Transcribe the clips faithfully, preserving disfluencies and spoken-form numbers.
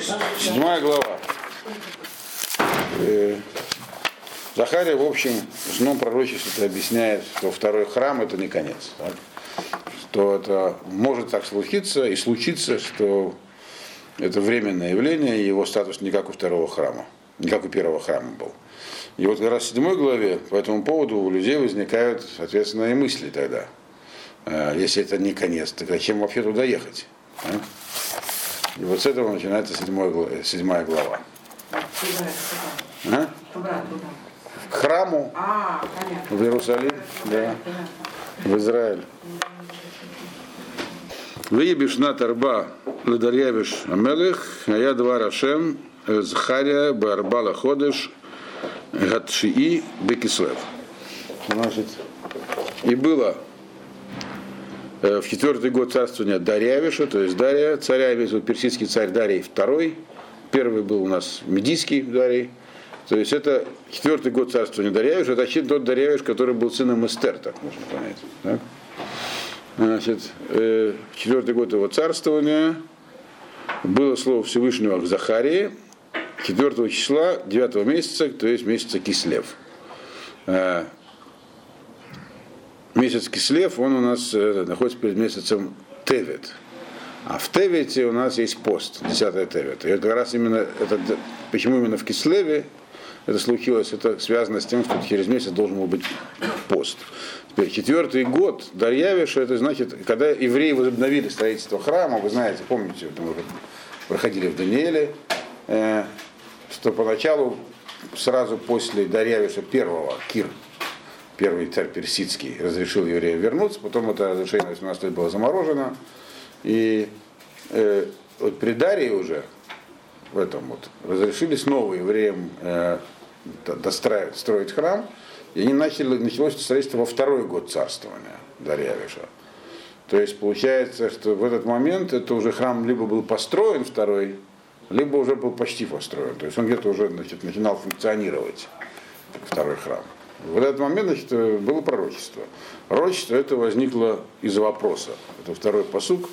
Седьмая глава. Захария, в общем, в сном пророчестве объясняет, что второй храм это не конец. Так? Что это может так случиться и случиться, что это временное явление, и его статус не как у второго храма, не как у первого храма был. И вот как раз в седьмой главе по этому поводу у людей возникают, соответственно, и мысли тогда. Если это не конец, то зачем вообще туда ехать? А? И вот с этого начинается седьмой, седьмая глава. А? К храму, а, в Иерусалим, да, в Израиль. Выебишнат арба ледарьявиш амелех, а я два рашем Захария барбала ходыш гатшии бекислев. Значит, и было в четвертый год царствования Дарьявиша, то есть Дария, царя, весь вот персидский царь Дарий второй, первый был у нас медийский Дарий, то есть это четвертый год царствования Дарьявиша, это очевидно тот Дарьявиш, который был сыном Эстер, так можно понять. Так? Значит, э, четвертый год его царствования было слово Всевышнего к Захарии, четвертого числа, девятого месяца, то есть месяца Кислев. Э, Месяц Кислев, он у нас э, находится перед месяцем Тевет. А в Тевете у нас есть пост, десятое Тевет. И как раз именно это, почему именно в Кислеве это случилось, это связано с тем, что через месяц должен был быть пост. Теперь четвертый год Дарьявиша, это значит, когда евреи возобновили строительство храма, вы знаете, помните, мы проходили в Данииле, э, что поначалу, сразу после Дарьявиша первого, Кир, первый царь персидский, разрешил евреям вернуться, потом это разрешение на восемнадцать лет было заморожено. И э, вот при Дарии уже в этом вот разрешили снова евреям э, достраивать, строить храм, и они начали, началось строительство во второй год царствования Дарьявиша. То есть получается, что в этот момент это уже храм либо был построен второй, либо уже был почти построен. То есть он где-то уже, значит, начинал функционировать, второй храм. В этот момент, значит, было пророчество. Пророчество это возникло из-за вопроса. Это второй пасук.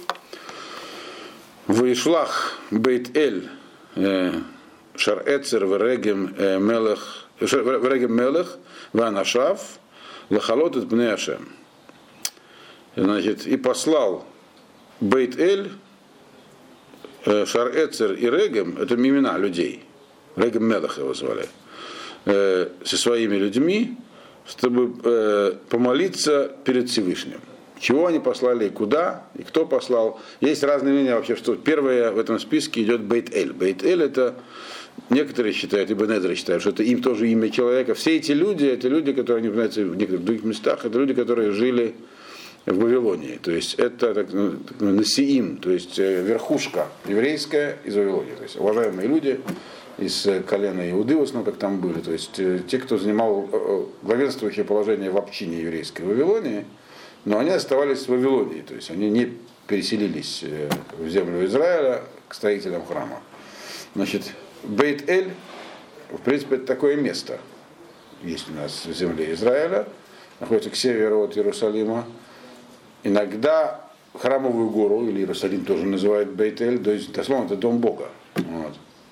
Ваишлах Бейт-Эль Шар-Эцер Верегем Мелех Верегем Мелех Ванашав Лахалот от Бней Ашем. Значит, и послал Бейт-Эль Шар-Эцер и Регем, это имена людей. Регем Мелех его звали. Со своими людьми, чтобы э, помолиться перед Всевышним. Чего они послали и куда, и кто послал. Есть разные мнения вообще, что первое в этом списке идет Бейт-Эль. Бейт-Эль это, некоторые считают, и Ибн Эзра считают, что это им тоже имя человека. Все эти люди, это люди, которые не упоминаются в некоторых других местах, это люди, которые жили в Вавилонии. То есть это так, так, Насиим, то есть верхушка еврейская из Вавилонии. То есть уважаемые люди из колена Иуды, в основном, как там были. То есть те, кто занимал главенствующее положение в общине еврейской в Вавилонии, но они оставались в Вавилонии, то есть они не переселились в землю Израиля к строителям храма. Значит, Бейт-Эль, в принципе, это такое место. Есть у нас в земле Израиля, находится к северу от Иерусалима. Иногда храмовую гору, или Иерусалим тоже называют Бейт-Эль, то есть, дословно, это дом Бога. Вот.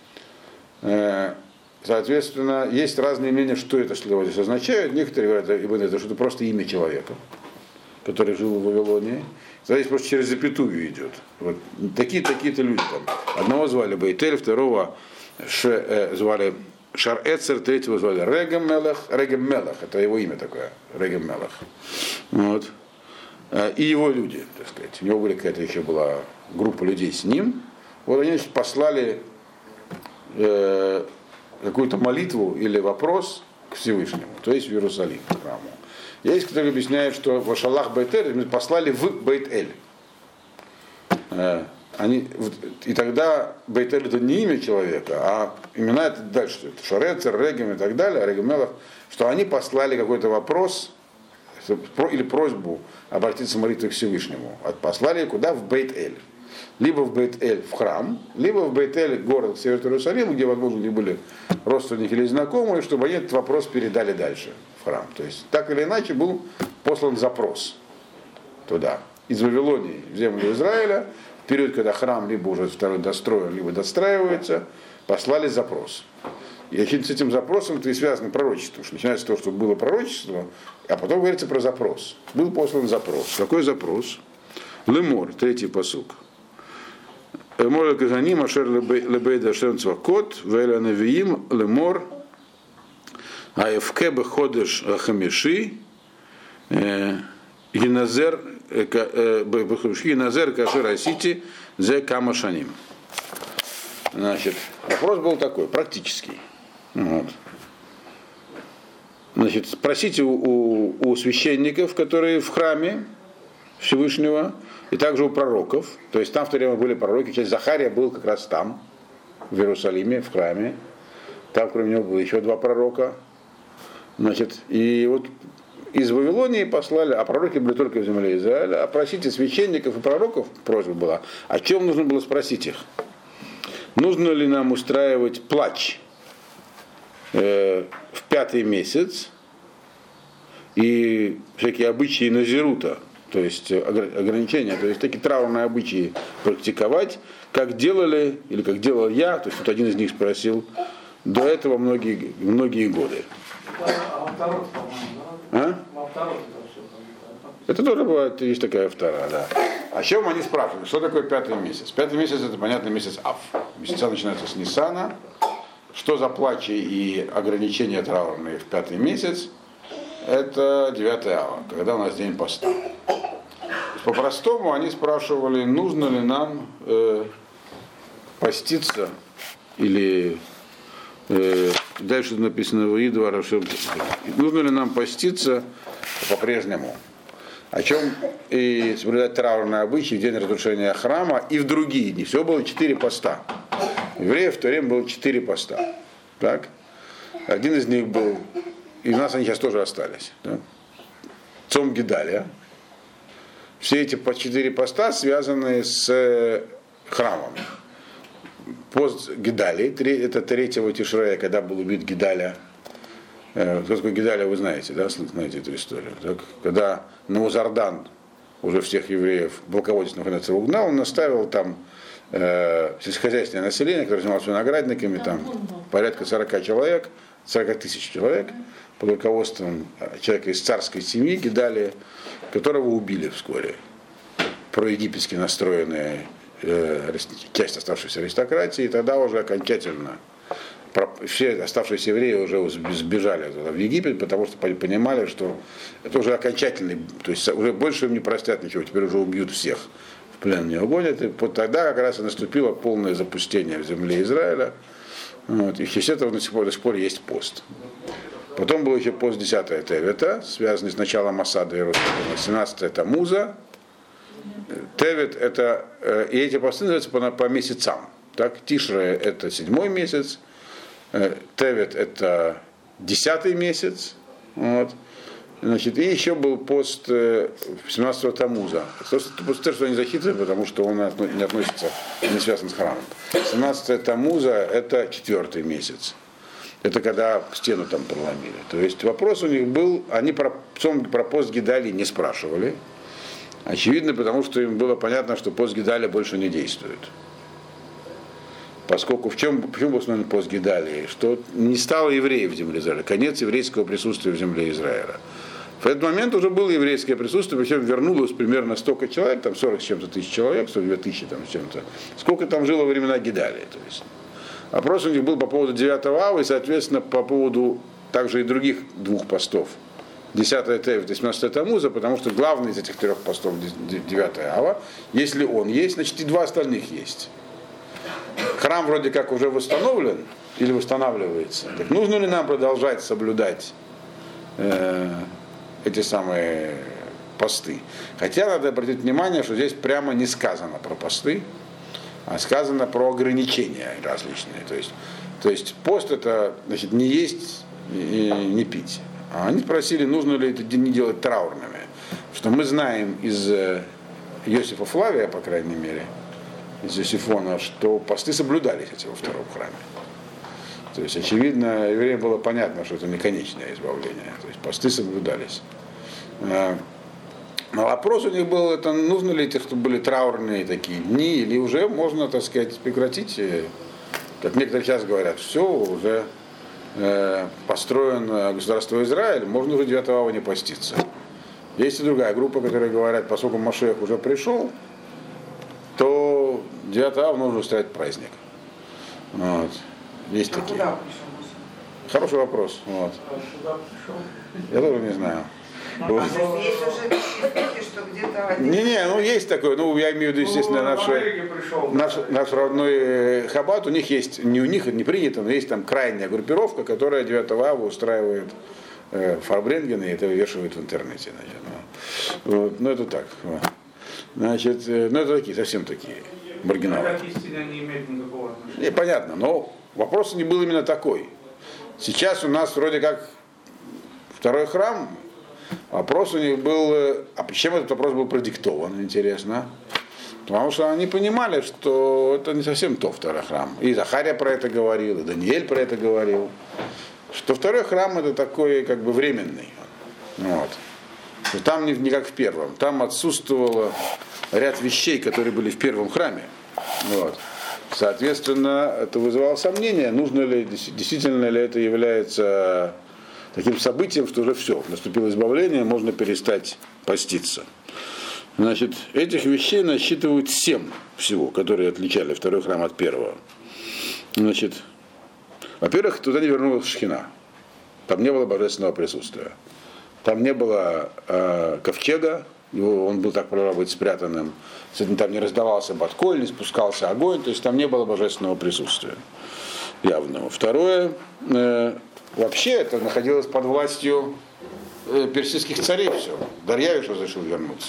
Соответственно, есть разные мнения, что это слово здесь означает. Некоторые говорят, что это просто имя человека, который жил в Вавилонии. Здесь просто через запятую идет. Вот такие-такие-то люди там. Одного звали Бейтель, второго ш, э, звали Шар-Эцер, третьего звали Регем Мелех. Регем Мелех, это его имя такое. Регем Мелех. Вот. И его люди, так сказать. У него были какая-то еще была группа людей с ним. Вот они послали какую-то молитву или вопрос к Всевышнему, то есть в Иерусалим, к храму. Есть, кто объясняет, что в Ашалах Бейт-Эль послали в Бейт-Эль. Они, и тогда Бейт-Эль это не имя человека, а имена это дальше, это Шарецер, Регем и так далее, Регем Мелех, что они послали какой-то вопрос или просьбу обратиться молитвой к Всевышнему. Послали куда? В Бейт-Эль. Либо в Бейт-Эль в храм, либо в Бейт-Эль город Север Иерусалима, где, возможно, не были родственники или знакомые, чтобы они этот вопрос передали дальше в храм. То есть, так или иначе, был послан запрос туда, из Вавилонии в землю Израиля, период, когда храм либо уже второй достроен, либо достраивается, послали запрос. И с этим запросом это и связано пророчество. Что начинается с того, что было пророчество, а потом говорится про запрос. Был послан запрос. Какой запрос? Лемор, третий пасук. Лемор Каганим, Ашер Лебейда Шем Цвакот, Вэля Навиим, Лемор, Аевке Беходеш Ахамиши, Гиназер Гиназер Кашер Асити, Зе Камашаним. Значит, вопрос был такой, практический. Вот. Значит, спросите у, у, у священников, которые в храме Всевышнего, и также у пророков. То есть там в то время были пророки, часть Захария был как раз там, в Иерусалиме, в храме. Там, кроме него, было еще два пророка. Значит, и вот из Вавилонии послали, а пророки были только в земле Израиля, опросите священников и пророков, просьба была, о чем нужно было спросить их. Нужно ли нам устраивать плач э, в пятый месяц и всякие обычаи назирута, то есть ограничения, то есть такие траурные обычаи практиковать, как делали, или как делал я, то есть вот один из них спросил, до этого многие, многие годы. А? Это тоже бывает, есть такая вторая, да. О чем они спрашивали? Что такое пятый месяц? Пятый месяц это, понятно, месяц Ав. Месяца начинаются с Ниссана. Что за плачи и ограничения траурные в пятый месяц? Это девятое Ава, когда у нас день поста. По-простому они спрашивали, нужно ли нам э, поститься или э, дальше написано в Идва Рашем, нужно ли нам поститься по-прежнему. О чем и соблюдать траурные обычаи в день разрушения храма и в другие дни. Всего было четыре поста. Евреев в то время было четыре поста. Так? Один из них был, и у нас они сейчас тоже остались. Да? Цом Гидалия. Все эти по четыре поста связаны с храмом. Пост Гидалии, это третьего Тишрея, когда был убит Гидаля. Кто такой Гидалия, вы знаете, да, знаете эту историю. Так? Когда Наузардан, уже всех евреев, полководец находится угнал, он наставил там э, сельскохозяйственное население, которое занималось виноградниками, там порядка сорока человек, сорок тысяч человек, под руководством человека из царской семьи Гидалия, которого убили вскоре. Проегипетски настроенная э, часть оставшейся аристократии, и тогда уже окончательно все оставшиеся евреи уже сбежали в Египет, потому что понимали, что это уже окончательный, то есть уже больше им не простят ничего, теперь уже убьют всех, в плен не угонят. И вот тогда как раз и наступило полное запустение в земле Израиля. Вот. И в честь этого до сих пор, до сих пор есть пост. Потом был еще пост десятое Тевета, связанный с началом осады Иерусалима, семнадцатое Тамуза. Тевет это, и эти посты называются по, по месяцам. Так, Тишре это седьмой месяц, Тевет это десятый месяц, вот. Значит, и еще был пост семнадцатого Тамуза. Пост, что они захитрили, потому что он не относится, не связан с храмом. семнадцатое Тамуза это четвертый месяц. Это когда стену там проломили. То есть вопрос у них был, они про, про пост Гидалии не спрашивали. Очевидно, потому что им было понятно, что пост Гидалия больше не действует. Поскольку в чем, почему был установлен пост Гидалии? Что не стало евреев в земле Израиля, конец еврейского присутствия в земле Израиля. В этот момент уже было еврейское присутствие, причем вернулось примерно столько человек, там сорок с чем-то тысяч человек, сорок две тысячи там с чем-то. Сколько там жило во времена Гидалии. То есть. Вопрос у них был по поводу девятого ава и, соответственно, по поводу также и других двух постов. десятое Тевет и семнадцатое Тамуза, потому что главный из этих трех постов девятое ава, если он есть, значит и два остальных есть. Храм вроде как уже восстановлен или восстанавливается. Так нужно ли нам продолжать соблюдать э, эти самые посты? Хотя надо обратить внимание, что здесь прямо не сказано про посты, а сказано про ограничения различные. То есть, то есть пост это значит, не есть и не пить. А они спросили, нужно ли это не делать траурными. Что мы знаем из Иосифа Флавия, по крайней мере, из Иосифона, что посты соблюдались эти во втором храме. То есть, очевидно, евреям было понятно, что это не конечное избавление. То есть посты соблюдались. Но вопрос у них был, это нужно ли это, чтобы были траурные такие дни, или уже можно, так сказать, прекратить, как некоторые сейчас говорят, все, уже э, построено государство Израиль, можно уже девятого ава не поститься. Есть и другая группа, которые говорят, поскольку Машиах уже пришел, то девятого ава нужно устраивать праздник. Вот. Есть а такие. Хороший вопрос. Вот. Я тоже не знаю. Вот. Есть уже слухи, что где-то... Не-не, ну есть такое, ну я имею в виду, естественно, ну, наш, наш, наш родной Хаббат, у них есть, не у них, не принято, но есть там крайняя группировка, которая девятого ава устраивает э, фарбренген, и это вывешивает в интернете. Значит, ну, вот, ну это так. Вот. Значит, э, ну это такие, совсем такие маргиналы. Не имеет никакого отношения. Не, понятно, но вопрос не был именно такой. Сейчас у нас вроде как второй храм. Вопрос у них был, а почему этот вопрос был продиктован, интересно? Потому что они понимали, что это не совсем то второй храм. И Захария про это говорил, и Даниэль про это говорил. Что второй храм это такой как бы временный. Вот. Что там не, не как в первом. Там отсутствовало ряд вещей, которые были в первом храме. Вот. Соответственно, это вызывало сомнения, нужно ли, действительно ли это является таким событием, что уже все, наступило избавление, можно перестать поститься. Значит, этих вещей насчитывают семь всего, которые отличали второй храм от первого. Значит, во-первых, туда не вернулась Шхина. Там не было божественного присутствия. Там не было э, ковчега, его, он был, так право быть, спрятанным. Там не раздавался батколь, не спускался огонь, то есть там не было божественного присутствия явного. Второе, э, вообще это находилось под властью э, персидских царей все. Дарьявиш разрешил вернуться.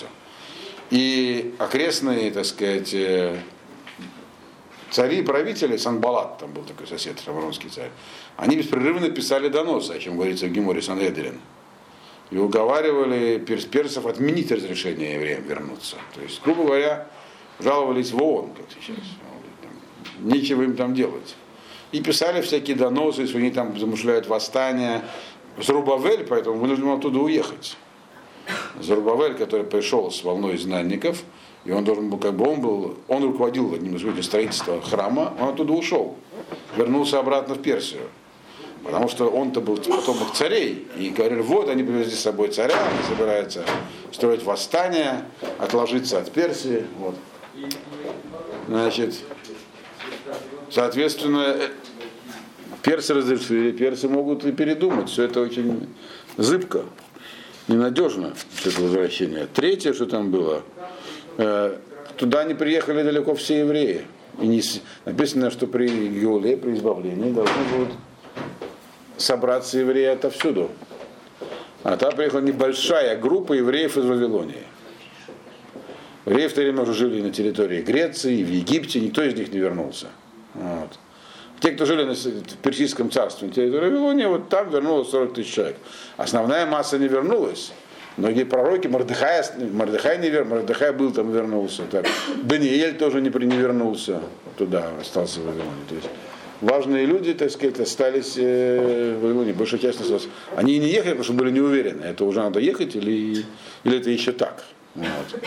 И окрестные, так сказать, э, цари и правители, Санбалат, там был такой сосед, шамронский царь, они беспрерывно писали доносы, о чем говорится в Геморе Санхедрин, и уговаривали перс персов отменить разрешение евреям вернуться. То есть, грубо говоря, жаловались в ООН, как сейчас. Нечего им там делать. И писали всякие доносы, если они там замышляют восстание. Зарубавель, поэтому вынужден оттуда уехать. Зарубавель, который пришел с волной изгнанников, и он должен был, как бы он был, он руководил одним из видов строительства храма, он оттуда ушел, вернулся обратно в Персию. Потому что он-то был потомок царей, и говорили, вот они привезли с собой царя, они собираются строить восстание, отложиться от Персии. Вот. Значит, соответственно, персы разрешили, персы могут и передумать, все это очень зыбко, ненадежно, все это возвращение. Третье, что там было, туда не приехали далеко все евреи. И не, написано, что при Геуле, при избавлении должны будут собраться евреи отовсюду. А там приехала небольшая группа евреев из Вавилонии. Евреи в то время уже жили на территории Греции, в Египте, никто из них не вернулся. Вот. Те, кто жили в Персидском царстве на территории Вавилонии, вот там вернулось сорок тысяч человек. Основная масса не вернулась. Многие пророки, Мордехай, Мордехай, не вер, Мордехай был там, вернулся. Так. Даниэль тоже не, не вернулся туда, остался в Вавилоне. То есть важные люди, так сказать, остались э, в Вавилоне. Большая часть осталась. Они не ехали, потому что были не уверены, это уже надо ехать или, или это еще так. Вот.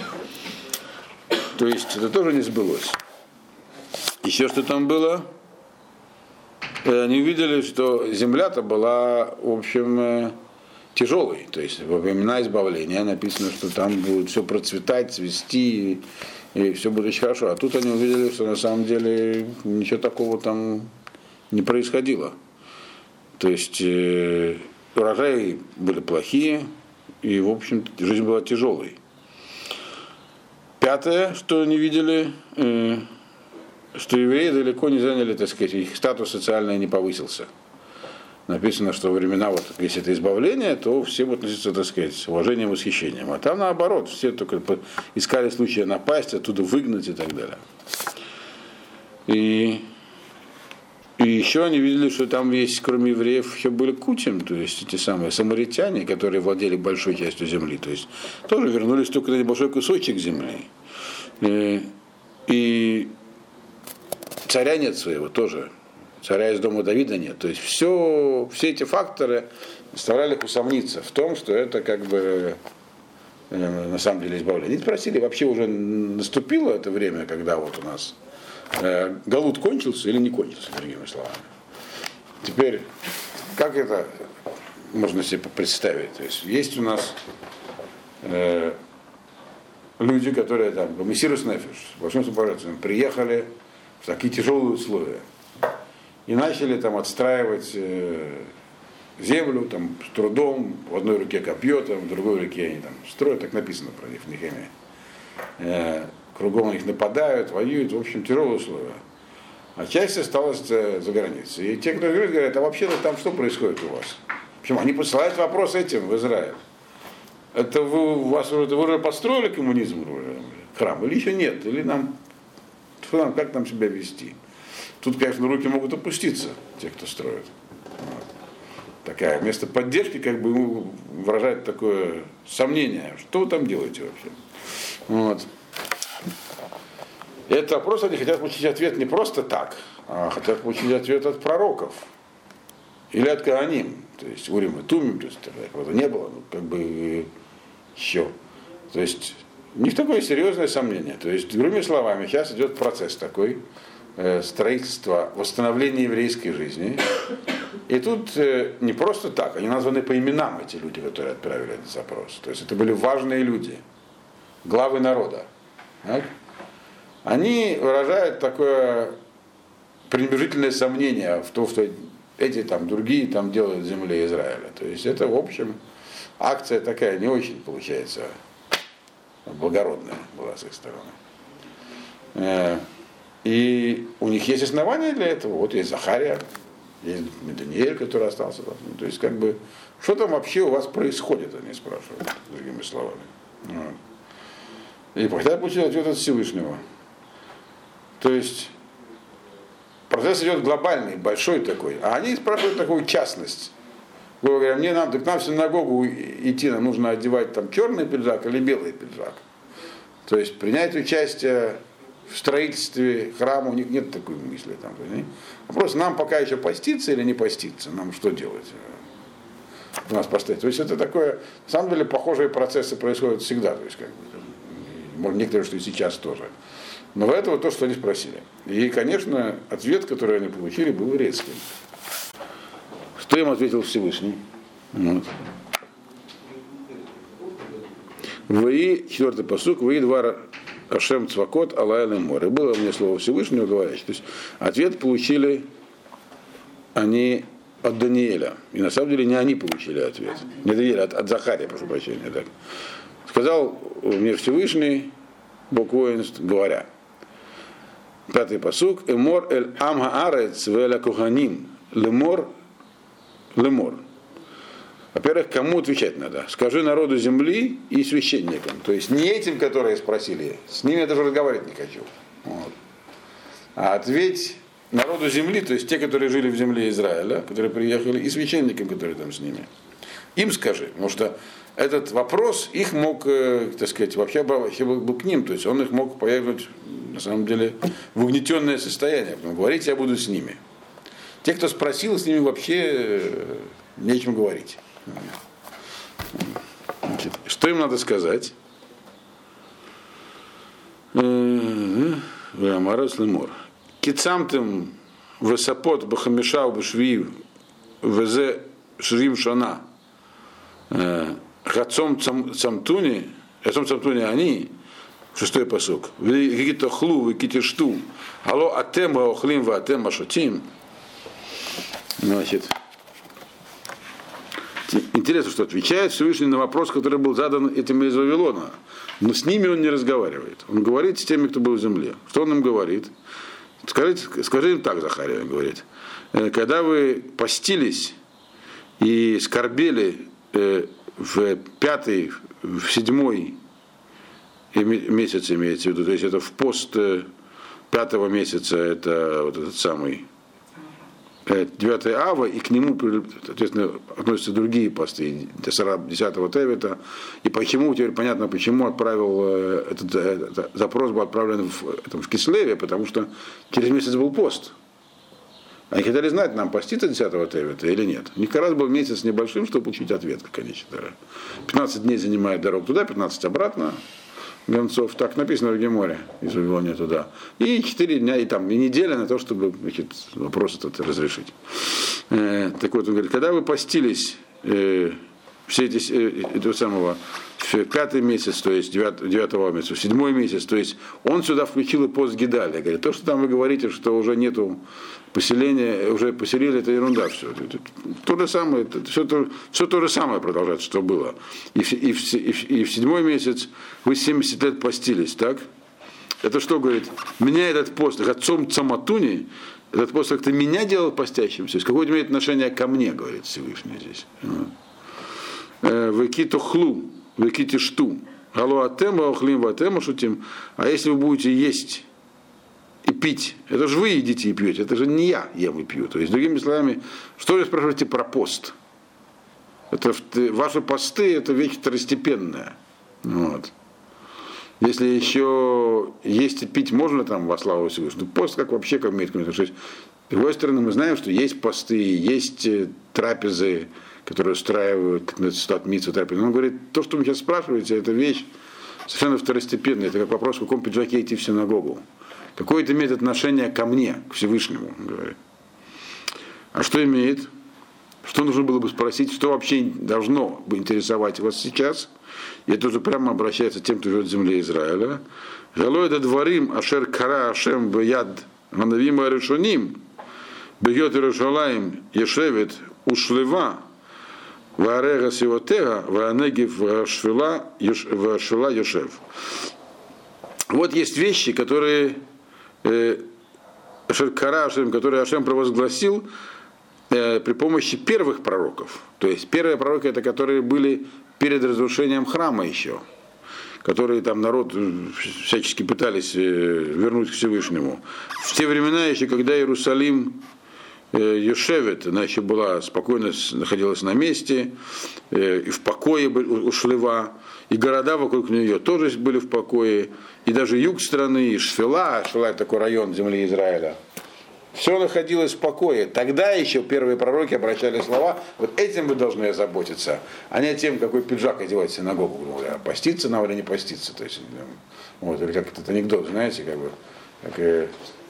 То есть это тоже не сбылось. Еще что там было? Они увидели, что земля-то была, в общем, тяжелой. То есть во времена избавления написано, что там будет все процветать, цвести, и все будет очень хорошо. А тут они увидели, что на самом деле ничего такого там не происходило. То есть э, урожаи были плохие, и, в общем, жизнь была тяжелой. Пятое, что они видели, э, что евреи далеко не заняли, так сказать, их статус социальный не повысился. Написано, что во времена, вот, если это избавление, то все будут относиться, так сказать, с уважением и восхищением. А там наоборот, все только искали случая напасть, оттуда выгнать и так далее. И, и еще они видели, что там есть, кроме евреев, еще были кутим, то есть эти самые самаритяне, которые владели большой частью земли, то есть тоже вернулись только на небольшой кусочек земли. И, и царя нет своего тоже. Царя из дома Давида нет. То есть все, все эти факторы заставляли их усомниться в том, что это как бы на самом деле избавления. Они спросили, вообще уже наступило это время, когда вот у нас э, галут кончился или не кончился, другими словами. Теперь, как это можно себе представить? То есть есть у нас э, люди, которые там, мессирус нефиш, большим сопровождением, приехали в такие тяжелые условия и начали там отстраивать э, землю там, с трудом, в одной руке копье, там, в другой руке они там строят, так написано про них в Нехемии. Э, кругом на них нападают, воюют, в общем, тяжелые условия. А часть осталась за, за границей. И те, кто говорит, говорят, а вообще-то там что происходит у вас? Почему? Они посылают вопрос этим в Израиль. Это вы, у вас, вы уже построили коммунизм, храм, или еще нет? Или нам, что нам, как нам себя вести? Тут, конечно, руки могут опуститься, те, кто строит. Вот. Такая, вместо поддержки, как бы выражает такое сомнение, что вы там делаете вообще. Вот. И этот вопрос они хотят получить ответ не просто так, а хотят получить ответ от пророков. Или от Коаним. То есть Урим и Тумим, то есть этого не было, ну, как бы еще. То есть у них такое серьезное сомнение. То есть, другими словами, сейчас идет процесс такой э, строительства, восстановления еврейской жизни. И тут э, не просто так, они названы по именам, эти люди, которые отправили этот запрос. То есть это были важные люди, главы народа. Так? Они выражают такое пренебрежительное сомнение в том, что эти там другие там делают в земле Израиля. То есть это, в общем, акция такая не очень, получается, благородная была с их стороны. И у них есть основания для этого. Вот есть Захария, есть Даниэль, который остался. То есть, как бы, что там вообще у вас происходит, они спрашивают, другими словами. И хотят получить ответ от Всевышнего. То есть процесс идет глобальный, большой такой, а они спрашивают такую частность. Грубо говоря, мне надо, к нам в синагогу идти, нам нужно одевать там черный пиджак или белый пиджак. То есть принять участие в строительстве храма, у них нет такой мысли. Там, вопрос, нам пока еще поститься или не поститься, нам что делать? У нас поставить. То есть это такое, на самом деле, похожие процессы происходят всегда. То есть, как бы, может, некоторые, что и сейчас тоже. Но в этом то, что они спросили. И, конечно, ответ, который они получили, был резким. Что им ответил Всевышний? Вот. Вы, четвертый пасук, вы два Ашем Цвакот Алай Лемор. И было мне слово Всевышнего говорящее. То есть ответ получили они от Даниэля. И на самом деле не они получили ответ. Не Даниэля, от, от Захария, прошу прощения. Так. Сказал мне Всевышний, Бог воинств, говоря. Пятый пасук. Эмор эль ам хаарец веля куханим. Лемор, лемор. Во-первых, кому отвечать надо? Скажи народу земли и священникам. То есть не этим, которые спросили, с ними я даже разговаривать не хочу. Вот. А ответь народу земли, то есть те, которые жили в земле Израиля, которые приехали, и священникам, которые там с ними. Им скажи, потому что этот вопрос их мог, так сказать, вообще, вообще был к ним, то есть он их мог повернуть, на самом деле, в угнетенное состояние. Потому говорить я буду с ними. Те, кто спросил, с ними вообще нечем говорить. Значит, что им надо сказать? Кицамтем высопот бахамишав башвиев везе шрим шана хацом цамтуни хацом цамтуни они шестой пасук вегито хлу вегитешту алло атем охлим ва атем ашотим. Значит, интересно, что отвечает Всевышний на вопрос, который был задан этим из Вавилона. Но с ними он не разговаривает. Он говорит с теми, кто был в земле. Что он им говорит? Скажите, скажи им так, Захария, говорит. Когда вы постились и скорбели в пятый, в седьмой месяц, имеется в виду, то есть это в пост пятого месяца, это вот этот самый девятое ава, и к нему, соответственно, относятся другие посты, десятого Тевета. И почему, теперь понятно, почему отправил этот, этот запрос был отправлен в, этом, в Кислеве, потому что через месяц был пост. Они хотели знать, нам поститься десятого Тевета или нет. У них как раз был месяц небольшим, чтобы получить ответ, как они считали. пятнадцать дней занимает дорогу туда, пятнадцать обратно. Гонцов, так написано в Геморе, из Вавилония туда. И четыре дня, и там, и неделя на то, чтобы, значит, вопрос этот разрешить. Э, так вот, он говорит, когда вы постились э, все эти, э, этого самого, в пятый месяц, то есть девятого, девятого месяца, в седьмой месяц, то есть он сюда включил и пост Гидаля. Говорит, то, что там вы говорите, что уже нету поселения, уже поселили, это ерунда все. Это, это, то же самое, это, все, то, все то же самое продолжается, что было. И в, и, в, и, в, и в седьмой месяц вы семьдесят лет постились, так? Это что говорит? Меня этот пост, отцом Цаматуни, этот пост как-то меня делал постящимся. То есть какое-то имеет отношение ко мне, говорит Всевышний здесь. Векиту хлу, векити шту. Алло атема, охлим ватема шутим. А если вы будете есть и пить, это же вы едите и пьете, это же не я ем и пью. То есть, другими словами, что вы спрашиваете про пост? Это, ваши посты – это вещь второстепенная. Вот. Если еще есть и пить можно там во славу Всевышнего, пост как вообще как имеет отношение. С другой стороны, мы знаем, что есть посты, есть трапезы, которые устраивают, как называется, митцву трапезы. Но он говорит, то, что вы сейчас спрашиваете, это вещь совершенно второстепенная. Это как вопрос, в каком пиджаке идти в синагогу. Какое это имеет отношение ко мне, к Всевышнему, он говорит. А что имеет? Что нужно было бы спросить, что вообще должно бы интересовать вас сейчас? И это уже прямо обращается к тем, кто живет в земле Израиля. Галой да дворим ашер кара ашем бияд ганавим аришоним бьет Иерушалаим ешевет ушлева варега сивотега ваанегив вашвила йошев. Вот есть вещи, которые ашер кара ашем, которые Ашем провозгласил при помощи первых пророков. То есть первые пророки, это которые были перед разрушением храма еще, которые там народ всячески пытались вернуть к Всевышнему. В те времена еще, когда Иерусалим Йошевет, она еще была спокойно, находилась на месте, и в покое у Шлева, и города вокруг нее тоже были в покое, и даже юг страны, и Шфила, Шфила это такой район земли Израиля, все находилось в покое. Тогда еще первые пророки обращали слова, вот этим вы должны озаботиться, а не тем, какой пиджак одевать в синагогу, говоря, поститься нам или не поститься. То есть, вот, или как этот анекдот, знаете, как бы, как, э,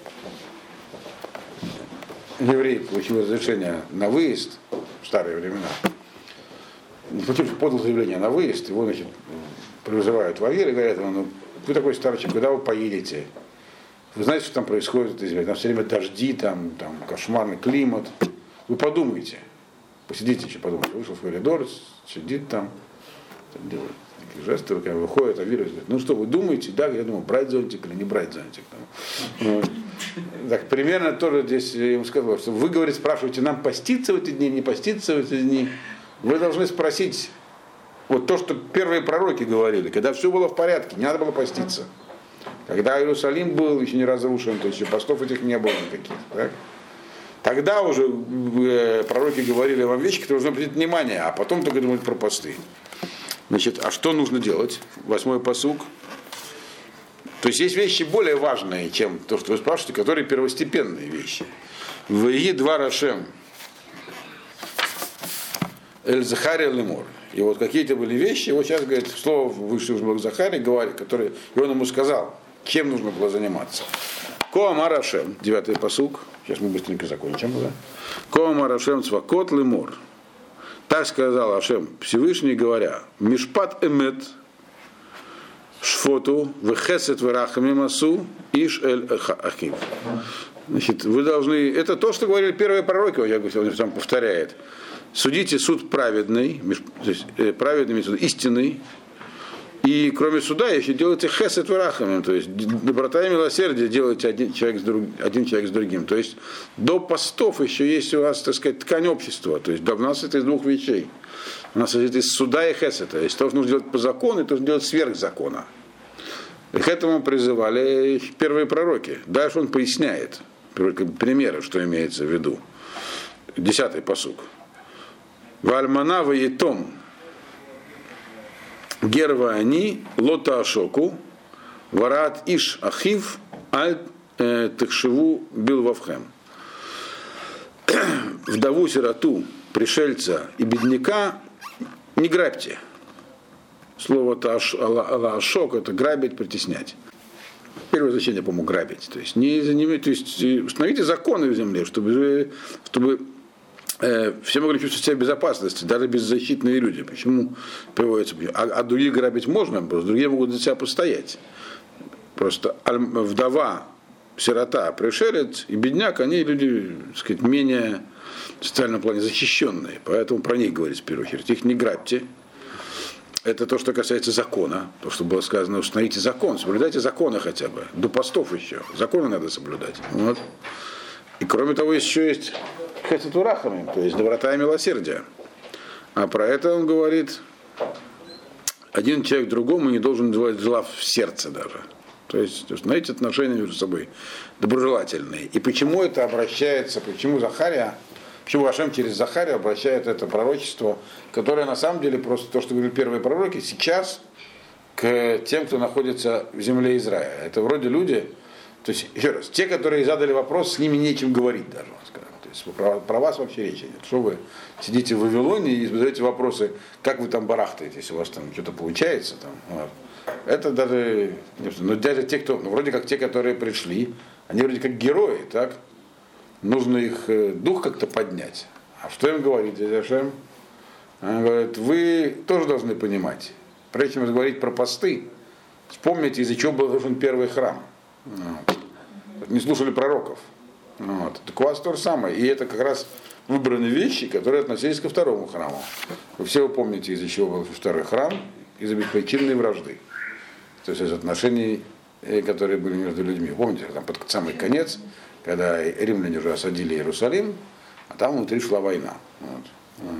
еврей получил разрешение на выезд в старые времена, подал заявление на выезд, его, значит, призывают в лагерь и говорят, ну, вы такой старчик, куда вы поедете? Вы знаете, что там происходит? Там все время дожди, там, там кошмарный климат. Вы подумайте. Посидите еще, подумайте. Вышел в коридор, сидит там, там делает такие жесты, выходит, а вирус говорит, ну что, вы думаете? Да, я думаю, брать зонтик или не брать зонтик. Ну, так, примерно тоже здесь я ему сказал, что вы, говорит, спрашиваете, нам поститься в эти дни, не поститься в эти дни. Вы должны спросить вот то, что первые пророки говорили, когда все было в порядке, не надо было поститься. Когда Иерусалим был еще не разрушен, то есть постов этих не было никаких. Так? Тогда уже э, пророки говорили вам вещи, которые нужно обратить внимание, а потом только думать про посты. Значит, а что нужно делать? Восьмой пасук. То есть есть вещи более важные, чем то, что вы спрашиваете, которые первостепенные вещи. Ваи два Рашем. Эль Захария Лемор. И вот какие-то были вещи, вот сейчас, говорит, слово вышли уже к Захаре, говорит, который, и он ему сказал, чем нужно было заниматься. Коамар Ашем, девятый пасук, сейчас мы быстренько закончим. Да? Коамар Ашем цвакот лемор. Так сказал Ашем Всевышний, говоря, Мишпат эмет шфоту вехесет верахами масу иш эль ахив. Значит, вы должны, это то, что говорили первые пророки, я говорю, он там повторяет. Судите суд праведный, то есть праведный суд, истинный, и кроме суда еще делайте хесед варахамим, то есть доброта и милосердие делайте один человек, с друг, один человек с другим. То есть до постов еще есть у вас, так сказать, ткань общества, то есть у нас это из двух вещей. У нас это из суда и хеседа, то есть то, что нужно делать по закону, и то, что делать сверх закона. И к этому призывали первые пророки. Дальше он поясняет примеры, что имеется в виду. Десятый пасук. Вальмана ваетом герва они лота ашоку варат иш ахив аль тахшеву бил вавхем. вдову, сироту, пришельца и бедняка не грабьте. Слово «ашок» — это грабить, притеснять. Первое значение, по-моему, грабить. То есть, не занимать, то есть установите законы в земле, чтобы, чтобы э, все могли чувствовать себя в безопасности, даже беззащитные люди. Почему приводится? А, а других грабить можно, просто другие могут за себя постоять. Просто вдова, сирота, пришелец и бедняк, они люди, так сказать, менее в социальном плане защищенные. Поэтому про них говорится в первую очередь. Их не грабьте. Это то, что касается закона. То, что было сказано, установите закон, соблюдайте законы хотя бы. До постов еще. Законы надо соблюдать. Вот. И кроме того, еще есть хесед-урахамим, то есть доброта и милосердие. А про это он говорит, один человек другому не должен делать зла в сердце даже. То есть установите отношения между собой доброжелательные. И почему это обращается, почему Захария, почему Ашем через Захарию обращает это пророчество, которое на самом деле просто то, что говорили первые пророки, сейчас к тем, кто находится в земле Израиля. Это вроде люди, то есть, еще раз, те, которые задали вопрос, с ними нечем говорить даже, скажем. То есть про, про вас вообще речи нет. Что вы сидите в Вавилоне и задаете вопросы, как вы там барахтаете, если у вас там что-то получается. Там, вот. Это даже, но даже те, кто, ну, вроде как те, которые пришли, они вроде как герои, так? Нужно их дух как-то поднять. А что им говорит Ашем? Он говорит, вы тоже должны понимать. Прежде чем говорить про посты, вспомните, из-за чего был нужен первый храм. Вот. Не слушали пророков. Вот. Так у вас то же самое. И это как раз выбраны вещи, которые относились ко второму храму. Вы все вы помните, из-за чего был второй храм, из-за беспричинной вражды. То есть из отношений, которые были между людьми. Помните, там под самый конец, когда римляне уже осадили Иерусалим, а там внутри шла война. Вот.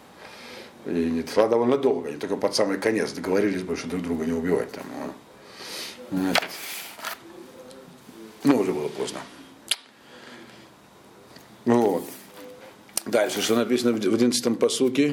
И шла довольно долго, они только под самый конец договорились больше друг друга не убивать. Там. Вот. Ну, уже было поздно. Вот. Дальше, что написано в одиннадцатом пасуке.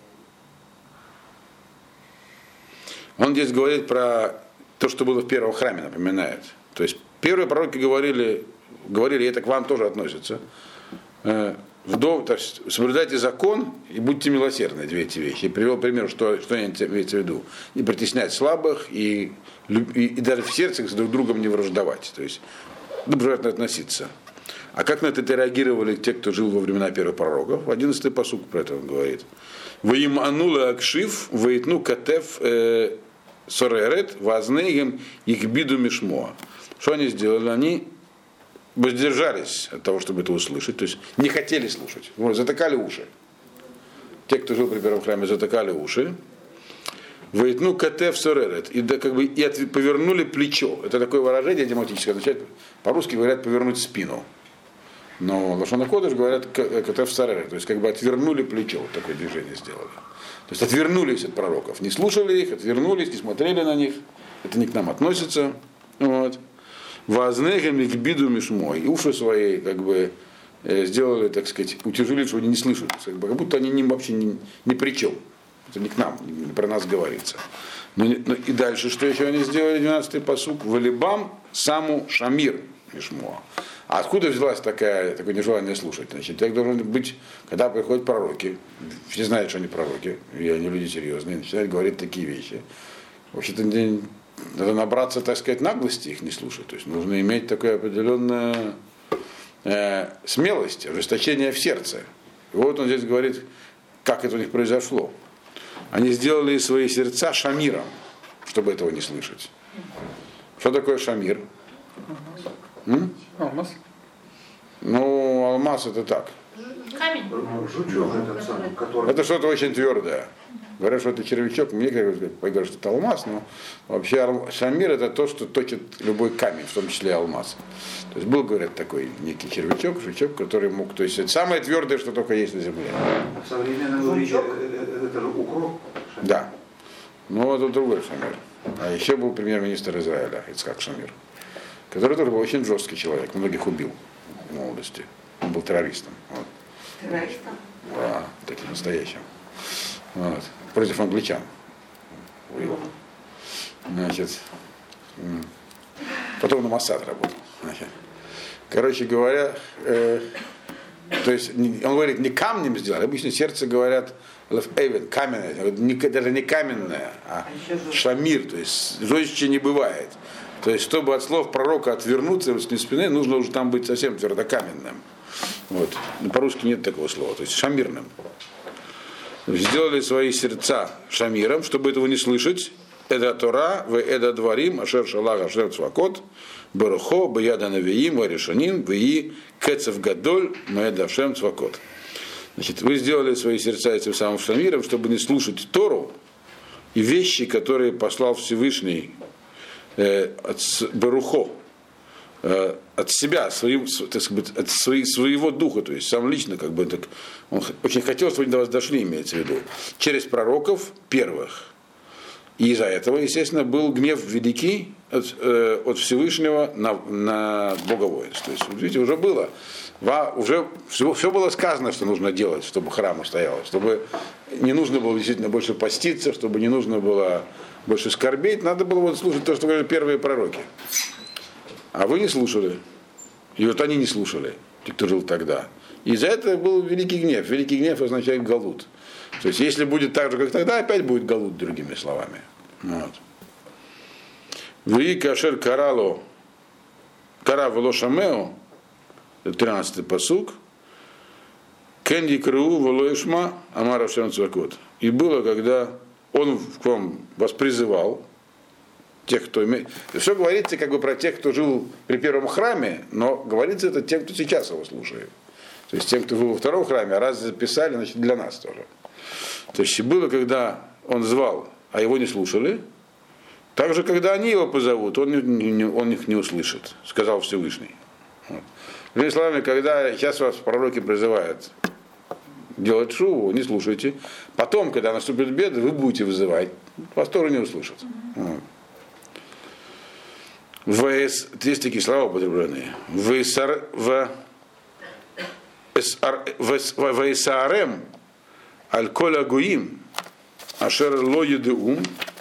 Он здесь говорит про то, что было в первом храме, напоминает. То есть первые пророки говорили, говорили, и это к вам тоже относится, э, вдов, то есть, соблюдайте закон и будьте милосердны, две эти вещи. И привел пример, что, что имеется в виду. Не притеснять слабых и, и, и даже в сердце с друг другом не враждовать. То есть доброжелательно относиться. А как на это реагировали те, кто жил во времена первых пророков? одиннадцатый пасук про это он говорит. Воим анула акшив, воитну катев соререт, вознегем их биду мишмоа. Что они сделали? Они воздержались от того, чтобы это услышать, то есть не хотели слушать, затыкали уши. Те, кто жил при первом храме, затыкали уши. Воитну катев соререт, и, да, как бы, и от, повернули плечо. Это такое выражение идиоматическое, означает, по-русски говорят повернуть спину. Но лашон а-кодеш говорят катев соререт, то есть как бы отвернули плечо, вот такое движение сделали. То есть отвернулись от пророков, не слушали их, отвернулись, не смотрели на них. Это не к нам относится. Вот. Вознегами к биду мишмой. И уши свои как бы сделали, так сказать, утяжелили, что они не слышат. Как будто они не, вообще ни, ни при чем. Это не к нам, не про нас говорится. Но, но, и дальше, что еще они сделали, двенадцатый пасук, валибам саму шамир мишмоа. А откуда взялась такая, такое нежелание слушать? Значит, так должно быть, когда приходят пророки, все знают, что они пророки, и они люди серьезные, начинают говорить такие вещи. Вообще-то надо набраться, так сказать, наглости их не слушать. То есть нужно иметь такую определенную э, смелость, ожесточение в сердце. И вот он здесь говорит, как это у них произошло. Они сделали свои сердца шамиром, чтобы этого не слышать. Что такое шамир? М? Алмаз. Ну, алмаз это так. Камень. Жучок этот самый, который... Это что-то очень твердое. Говорят, что это червячок, мне говорят, что это алмаз, но вообще шамир это то, что точит любой камень, в том числе алмаз. То есть был, говорят, такой некий червячок, жучок, который мог, то есть это самое твердое, что только есть на земле. В современном иврите это же укроп. Да. Но это другой шамир. А еще был премьер-министр Израиля, Ицхак Шамир, который тоже был очень жесткий человек, многих убил в молодости. Он был террористом. Вот. Террористом? Да, таким настоящим. Вот. Против англичан. Воевал. Значит, потом на Моссад работал. Значит. Короче говоря, э, То есть он говорит, не камнем сделали, обычно сердце говорят эйвен, каменное, не, даже не каменное, а шамир, то есть жестче не бывает. То есть, чтобы от слов пророка отвернуться с спины, нужно уже там быть совсем твердокаменным. Вот. По-русски нет такого слова, то есть шамирным. Сделали свои сердца шамиром, чтобы этого не слышать. Эда Тора, в Эда Дварим, Ашер Шалах, Ашер Цвакот, Барухо, Баяда Навиим, Варишаним, Вии, Кецев Гадоль, Маэда Ашем Цвакот. Значит, вы сделали свои сердца этим самым шамиром, чтобы не слушать Тору и вещи, которые послал Всевышний э, от Барухо, э, от себя, своим, так сказать, от свои, своего духа, то есть сам лично, как бы, так, он очень хотел, чтобы они до вас дошли, имеется в виду, через пророков первых. И из-за этого, естественно, был гнев великий от, э, от Всевышнего на, на боговоинство. То есть, видите, уже было. Ва, уже все, все было сказано, что нужно делать, чтобы храм устоял, чтобы не нужно было действительно больше поститься, чтобы не нужно было больше скорбеть, надо было вот слушать то, что говорили первые пророки. А вы не слушали. И вот они не слушали, те, кто жил тогда. И из-за этого был великий гнев. Великий гнев означает галут. То есть, если будет так же, как тогда, опять будет галут, другими словами. Вот. Вии кашер карало кара велошамео, тринадцатый пасук, кенди крыу велоишма амара шем цвакот. И было, когда он к вам вас призывал, тех, кто имеет... Все говорится как бы про тех, кто жил при первом храме, но говорится это тем, кто сейчас его слушает. То есть тем, кто жил во втором храме, а раз записали, значит для нас тоже. То есть было, когда он звал, а его не слушали, также, когда они его позовут, он, не, не, он их не услышит, сказал Всевышний. Вот. Другими словами, когда сейчас вас пророки призывают делать шуву, не слушайте. Потом, когда наступит беда, вы будете вызывать, вас тоже не услышат. Вот. ВС, есть такие слова употребленные. ВСАРМ Аль-Коля Гуим Ашер Ло Едеум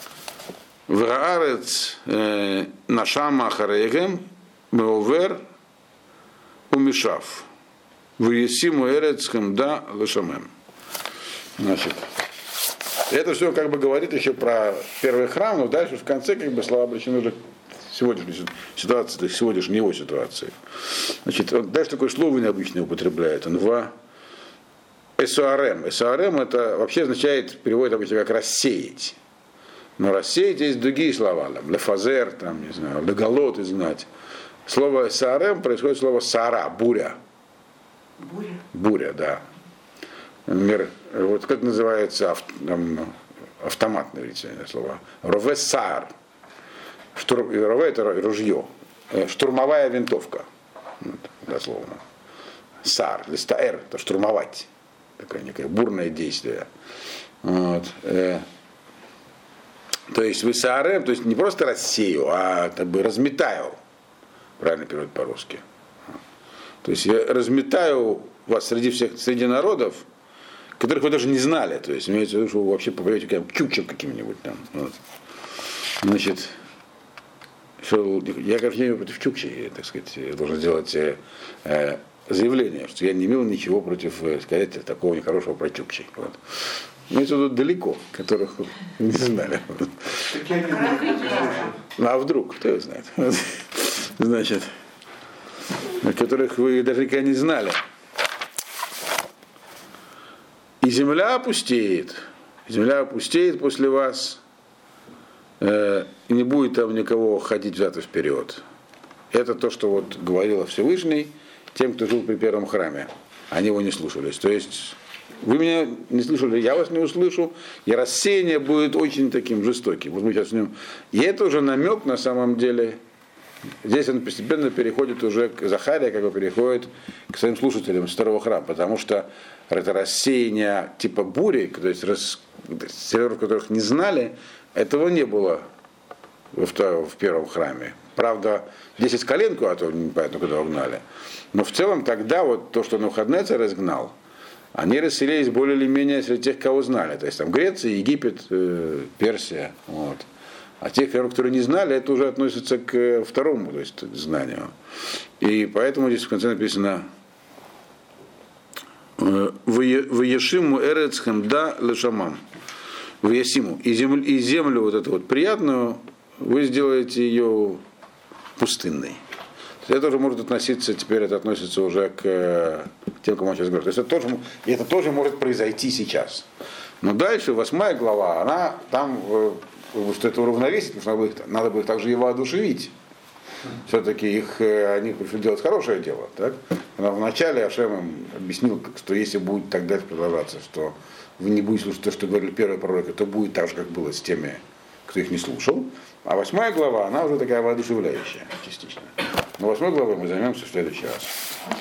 Ваарец Нашама Харегем Меовер Умишав Весиму Эрец Хамда Лешамем. Значит, это все как бы говорит еще про первый храм, но дальше в конце как бы слова обращены уже к сегодняшней ситуации, то есть сегодняшней его ситуации. Значит, он дальше такое слово необычное употребляет. Он в СОРМ. СОРМ это вообще означает, переводит обычно как рассеять. Но рассеять есть другие слова. Там, лефазер, там, не знаю, леголот, изгнать. Слово СОРМ происходит слово сара, буря. Буря? Буря, да. Например, вот как называется ав, там, автоматное речение слова. Ровесар. Штурм, рове это ружье. Штурмовая винтовка. Вот, дословно. Сар, листаэр, это штурмовать. Такое некое бурное действие. Вот. То есть вы саарем, то есть не просто рассею, а как бы разметаю. Правильно перевод по-русски. То есть я разметаю вас среди всех, среди народов, которых вы даже не знали. То есть имеется в виду, что вы вообще попадете к чукчам каким-нибудь там. Вот. Значит, что я, конечно, не имею против чукчей, так сказать, я должен сделать э, заявление, что я не имел ничего против, э, сказать, такого нехорошего про чукчей. Вот. Имеется в виду далеко, которых не знали. Ну, а вдруг, кто его знает. Значит, которых вы даже никогда не знали. И земля опустеет. Земля опустеет после вас. Э, и не будет там никого ходить взад и вперед. Это то, что вот говорил Всевышний тем, кто жил при первом храме. Они его не слушались. То есть вы меня не слышали, я вас не услышу, и рассеяние будет очень таким жестоким. Вот мы сейчас с ним. И это уже намек на самом деле. Здесь он постепенно переходит уже к Захария, как бы переходит к своим слушателям из второго храма, потому что это рассеяние типа бури, то есть рас... северов, которых не знали, этого не было в, в первом храме. Правда, десять колен куда-то, непонятно куда угнали. Но в целом тогда вот то, что Навуходоносор разгнал, они расселились более или менее среди тех, кого знали. То есть там Греция, Египет, э, Персия. Вот. А тех, которые не знали, это уже относится к второму, то есть к знанию. И поэтому здесь в конце написано Ваешиму эрец хемда лешамам. Ваясиму. И землю, и землю вот эту вот приятную вы сделаете ее пустынной. Это уже может относиться, теперь это относится уже к тем, кому я сейчас говорю. То есть это тоже, и это тоже может произойти сейчас. Но дальше, восьмая глава, она там, что это уравновесить, потому что надо бы их также и воодушевить. Все-таки их, они пришли делать хорошее дело. Так? Но вначале Ашем им объяснил, что если будет так дальше продолжаться, что вы не будете слушать то, что говорили первые пророки, то будет так же, как было с теми, кто их не слушал. А восьмая глава, она уже такая воодушевляющая частично. Но восьмой главой мы займемся в следующий раз.